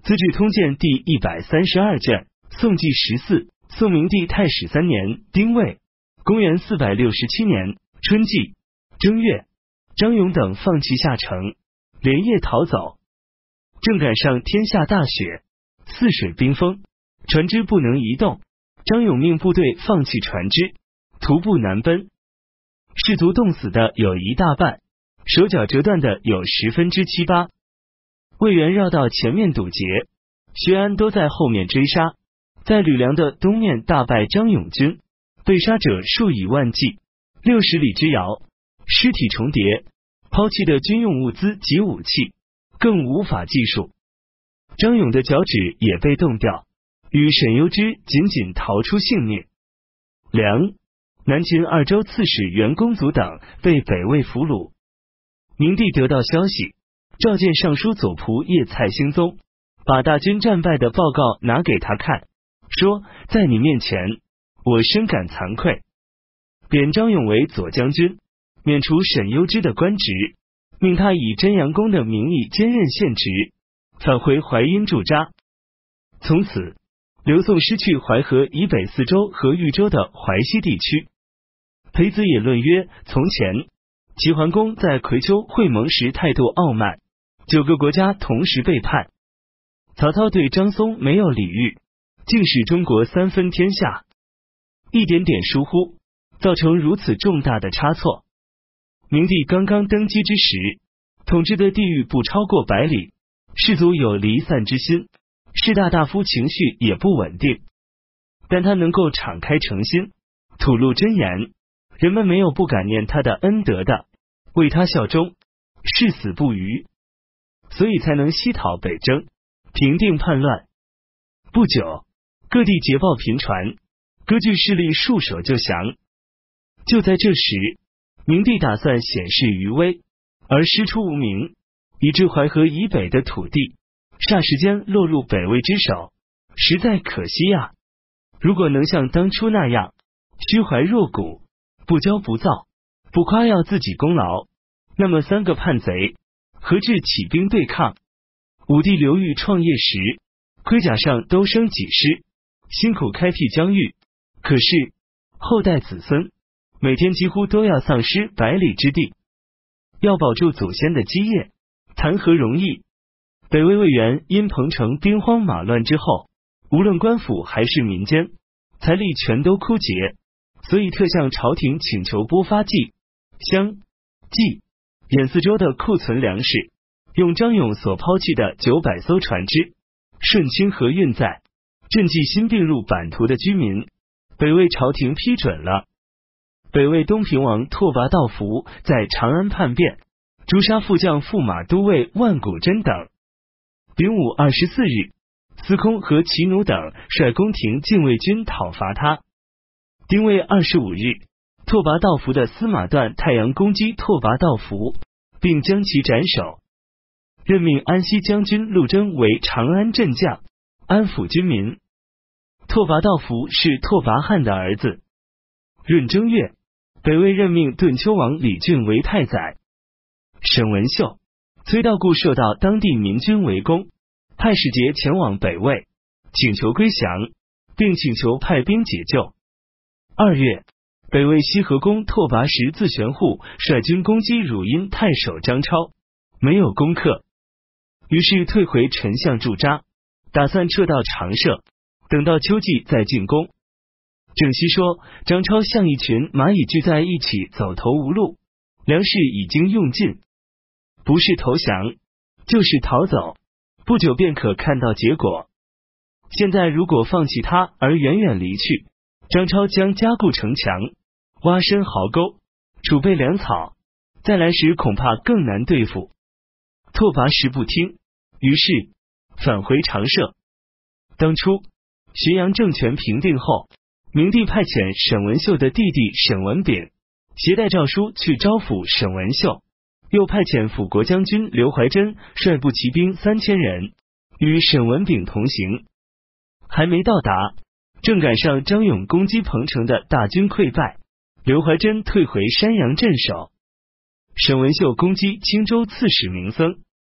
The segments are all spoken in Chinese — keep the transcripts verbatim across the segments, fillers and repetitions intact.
资治通鉴》第一百三十二卷，宋纪十四，宋明帝太始三年丁未，公元四百六十七年春季正月，张勇等放弃下城，连夜逃走。正赶上天下大雪，泗水冰封，船只不能移动。张勇命部队放弃船只，徒步南奔。士卒冻死的有一大半，手脚折断的有十分之七八。魏元绕到前面堵截，薛安都在后面追杀，在吕梁的东面大败张勇军，被杀者数以万计，六十里之遥，尸体重叠，抛弃的军用物资及武器更无法计数。张勇的脚趾也被冻掉，与沈攸之仅仅逃出性命。梁、南秦二州刺史袁公祖等被北魏俘虏。明帝得到消息，召见尚书左仆射蔡兴宗，把大军战败的报告拿给他看，说在你面前，我深感惭愧，贬张勇为左将军，免除沈攸之的官职，命他以真阳公的名义兼任县职，返回淮阴驻扎。从此，刘宋失去淮河以北四州和豫州的淮西地区。裴子也论曰：从前齐桓公在葵丘会盟时态度傲慢，九个国家同时背叛。曹操对张松没有礼遇，竟使中国三分天下。一点点疏忽，造成如此重大的差错。明帝刚刚登基之时，统治的地域不超过百里，士卒有离散之心，士大大夫情绪也不稳定。但他能够敞开诚心，吐露真言，人们没有不感念他的恩德的，为他效忠，誓死不渝，所以才能西讨北征，平定叛乱。不久，各地捷报频传，割据势力束手就降。就在这时，明帝打算显示余威，而师出无名，以致淮河以北的土地霎时间落入北魏之手，实在可惜呀！如果能像当初那样虚怀若谷，不骄不躁，不夸耀自己功劳，那么三个叛贼何至起兵对抗？武帝刘裕创业时，盔甲上都生几师，辛苦开辟疆域，可是后代子孙每天几乎都要丧失百里之地，要保住祖先的基业，谈何容易？北魏魏元因彭城兵荒马乱之后，无论官府还是民间，财力全都枯竭，所以特向朝廷请求拨发冀、襄、冀、兖四州的库存粮食，用张勇所抛弃的九百艘船只顺清河运载，赈济新并入版图的居民。北魏朝廷批准了。北魏东平王拓跋道福在长安叛变，诛杀副将驸马都尉万古真等。丙午二十四日，司空和骑弩等率宫廷禁卫军讨伐他。丁未二十五日，拓跋道福的司马段太阳攻击拓跋道福，并将其斩首，任命安西将军陆征为长安镇将，安抚军民。拓跋道福是拓跋翰的儿子。闰正月，北魏任命顿丘王李俊为太宰。沈文秀、崔道固受到当地民军围攻，派使节前往北魏，请求归降，并请求派兵解救。二月，北魏西河公拓跋实自玄户率军攻击汝阴太守张超，没有攻克，于是退回丞相驻扎，打算撤到长社，等到秋季再进攻。郑熙说，张超像一群蚂蚁聚在一起，走投无路，粮食已经用尽，不是投降就是逃走，不久便可看到结果。现在如果放弃他而远远离去，张超将加固城墙，挖深壕沟，储备粮草，再来时恐怕更难对付。拓跋实不听，于是返回长社。当初浔阳政权平定后，明帝派遣沈文秀的弟弟沈文炳携带诏书去招抚沈文秀，又派遣辅国将军刘怀真率部骑兵三千人与沈文炳同行。还没到达，正赶上张勇攻击彭城的大军溃败，刘怀真退回山阳镇守。沈文秀攻击青州刺史明僧，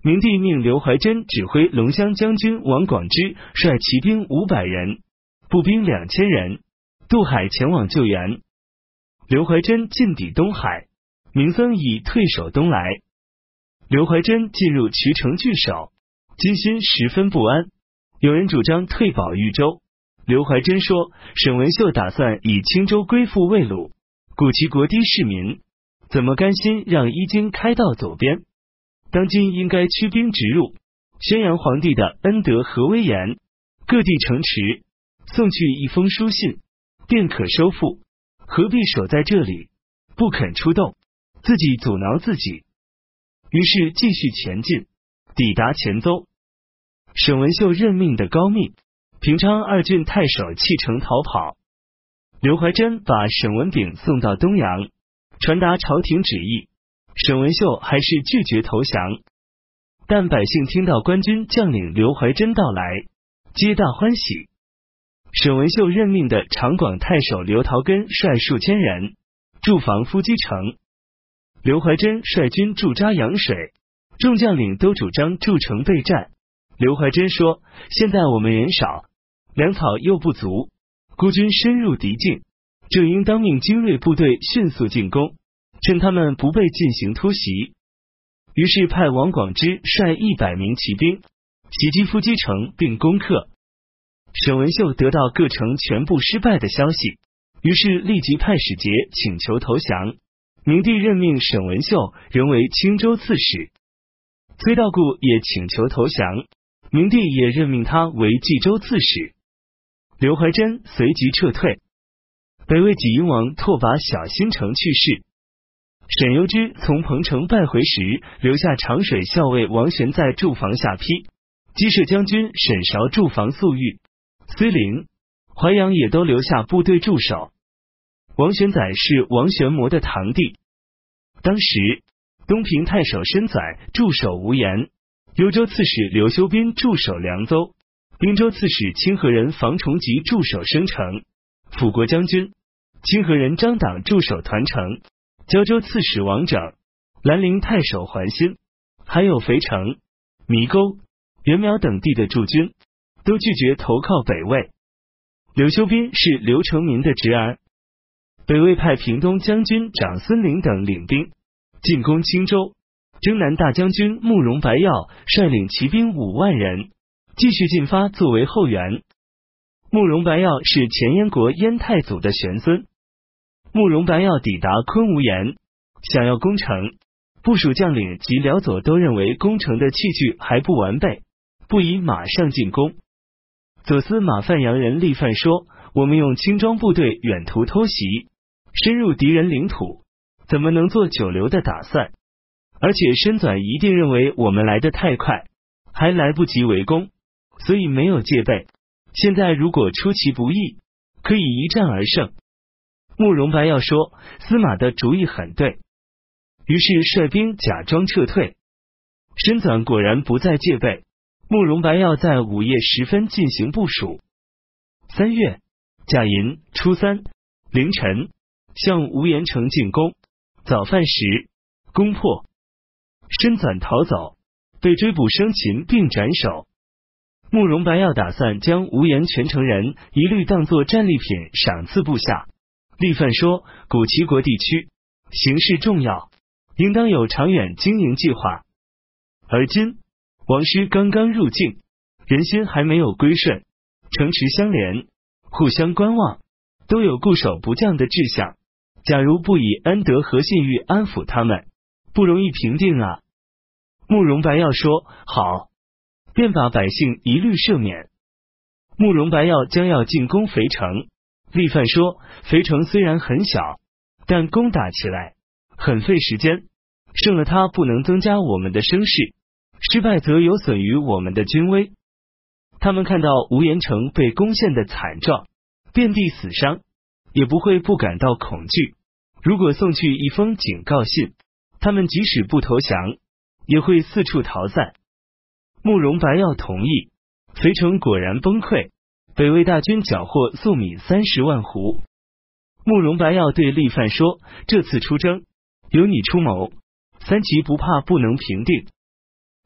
明帝命刘怀真指挥龙骧将军王广之率骑兵五百人，步兵两千人渡海前往救援。刘怀真进抵东海，明僧已退守东来。刘怀真进入渠城据守，军心十分不安。有人主张退保豫州，刘怀真说，沈文秀打算以青州归附魏鲁，故其国低市民，怎么甘心让伊京开到左边？当今应该驱兵直入，宣扬皇帝的恩德和威严，各地城池送去一封书信，便可收复，何必守在这里不肯出动，自己阻挠自己？于是继续前进，抵达黔邹。沈文秀任命的高密、平昌二郡太守弃城逃跑。刘怀真把沈文炳送到东阳，传达朝廷旨意。沈文秀还是拒绝投降，但百姓听到官军将领刘怀真到来，皆大欢喜。沈文秀任命的长广太守刘陶根率数千人驻防夫基城，刘怀真率军驻扎阳水，众将领都主张筑城备战。刘怀真说，现在我们人少，粮草又不足，孤军深入敌境，正应当命精锐部队迅速进攻，趁他们不备进行突袭。于是派王广之率一百名骑兵袭击夫基城并攻克。沈文秀得到各城全部失败的消息，于是立即派使节请求投降。明帝任命沈文秀仍为青州刺史，崔道固也请求投降，明帝也任命他为冀州刺史。刘怀真随即撤退。北魏济阴王拓跋小新城去世，沈攸之从彭城败回时，留下长水校尉王玄在驻防下邳，击射将军沈韶驻防粟裕，睢陵、淮阳也都留下部队驻守。王玄载是王玄谟的堂弟。当时东平太守申载驻守无盐，幽州刺史刘修斌驻守凉州，滨州刺史清河人房崇吉驻守升城，辅国将军清河人张党驻守团城，胶州刺史王整、兰陵太守桓新，还有肥城、弥沟、元苗等地的驻军，都拒绝投靠北魏。刘修斌是刘成民的侄儿。北魏派平东将军长孙陵等领兵进攻青州，征南大将军慕容白曜率领骑兵五万人继续进发作为后援。慕容白曜是前燕国燕太祖的玄孙。慕容白曜抵达昆吾岩，想要攻城，部署将领及辽左都认为攻城的器具还不完备，不宜马上进攻。左司马范阳人厉范说，我们用轻装部队远途偷袭，深入敌人领土，怎么能做久留的打算？而且申纂一定认为我们来得太快，还来不及围攻，所以没有戒备。现在如果出其不意，可以一战而胜。慕容白曜说，司马的主意很对，于是率兵假装撤退。申纂果然不再戒备，慕容白曜在午夜时分进行部署。三月甲寅初三凌晨，向无盐城进攻，早饭时攻破。申纂逃走，被追捕生擒并斩首。慕容白曜打算将无盐全城人一律当作战利品赏赐部下。厉范说，古齐国地区形势重要，应当有长远经营计划。而今王师刚刚入境，人心还没有归顺，城池相连，互相观望，都有固守不降的志向。假如不以恩德和信誉安抚他们，不容易平定啊。慕容白曜说，好，便把百姓一律赦免。慕容白曜将要进攻肥城，厉范说，肥城虽然很小，但攻打起来很费时间，胜了他不能增加我们的声势，失败则有损于我们的军威。他们看到无盐城被攻陷的惨状，遍地死伤，也不会不感到恐惧。如果送去一封警告信，他们即使不投降，也会四处逃散。慕容白曜同意，肥城果然崩溃，北魏大军缴获粟米三十万斛。慕容白曜对厉范说，这次出征有你出谋，三齐不怕不能平定。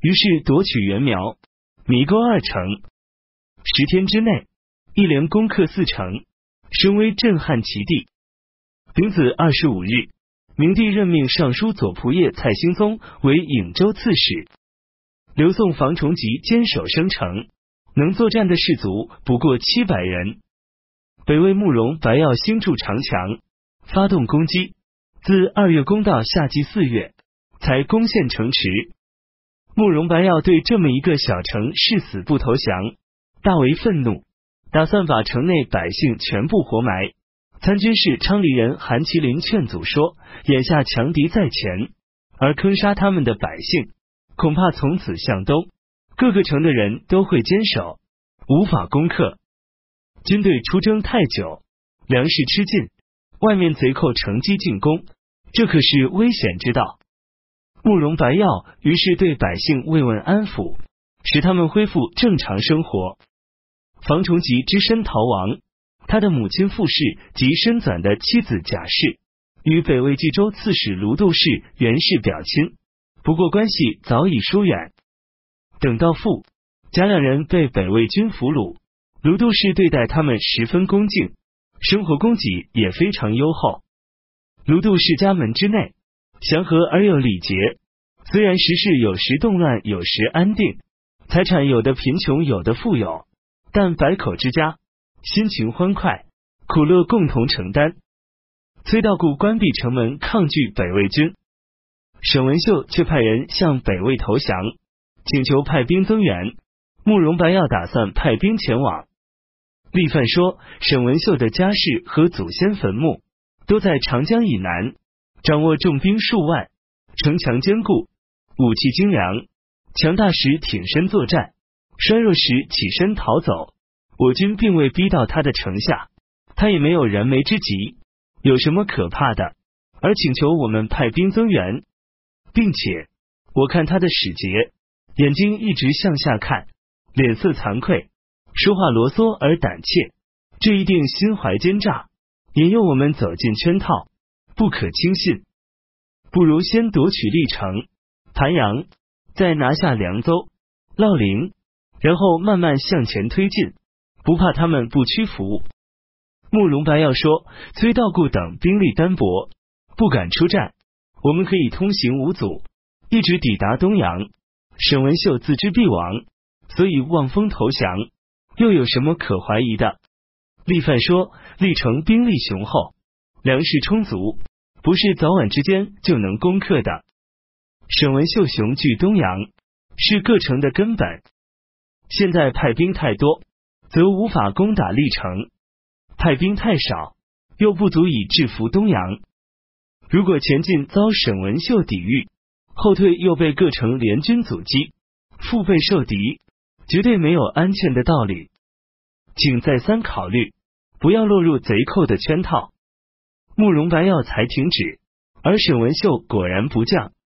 于是夺取袁苗、弥沟二城。十天之内，一连攻克四城，声威震撼其地。丙子二十五日，明帝任命尚书左仆射蔡兴宗为颍州刺史，刘宋房崇吉坚守生城，能作战的士卒不过七百人。北魏慕容白曜兴筑长墙，发动攻击，自二月攻到夏季四月，才攻陷城池。慕容白曜对这么一个小城誓死不投降，大为愤怒，打算把城内百姓全部活埋。参军士昌黎人韩麒麟劝阻说，眼下强敌在前，而坑杀他们的百姓，恐怕从此向东，各个城的人都会坚守，无法攻克。军队出征太久，粮食吃尽，外面贼寇乘机进攻，这可是危险之道。慕容白曜于是对百姓慰问安抚，使他们恢复正常生活。房崇吉只身逃亡，他的母亲傅氏及身转的妻子贾氏与北魏冀州刺史卢度氏原是表亲，不过关系早已疏远。等到傅、贾两人被北魏军俘虏，卢度氏对待他们十分恭敬，生活供给也非常优厚。卢度氏家门之内祥和而有礼节，虽然时事有时动乱，有时安定，财产有的贫穷，有的富有，但百口之家，心情欢快，苦乐共同承担。崔道固关闭城门抗拒北魏军，沈文秀却派人向北魏投降，请求派兵增援。慕容白曜打算派兵前往。历范说，沈文秀的家世和祖先坟墓都在长江以南，掌握重兵数万，城墙坚固，武器精良，强大时挺身作战，衰弱时起身逃走。我军并未逼到他的城下，他也没有燃眉之急，有什么可怕的？而请求我们派兵增援，并且我看他的使节，眼睛一直向下看，脸色惭愧，说话啰嗦而胆怯，这一定心怀奸诈，引诱我们走进圈套，不可轻信。不如先夺取历城、盘阳，再拿下凉州、乐陵，然后慢慢向前推进，不怕他们不屈服。慕容白曜说，崔道固等兵力单薄，不敢出战，我们可以通行无阻，一直抵达东阳。沈文秀自知必亡，所以望风投降，又有什么可怀疑的？历范说，历城兵力雄厚，粮食充足，不是早晚之间就能攻克的。沈文秀雄踞东阳，是各城的根本。现在派兵太多，则无法攻打历城；派兵太少，又不足以制服东阳。如果前进遭沈文秀抵御，后退又被各城联军阻击，腹背受敌，绝对没有安全的道理。请再三考虑，不要落入贼寇的圈套。慕容白曜才停止，而沈文秀果然不降。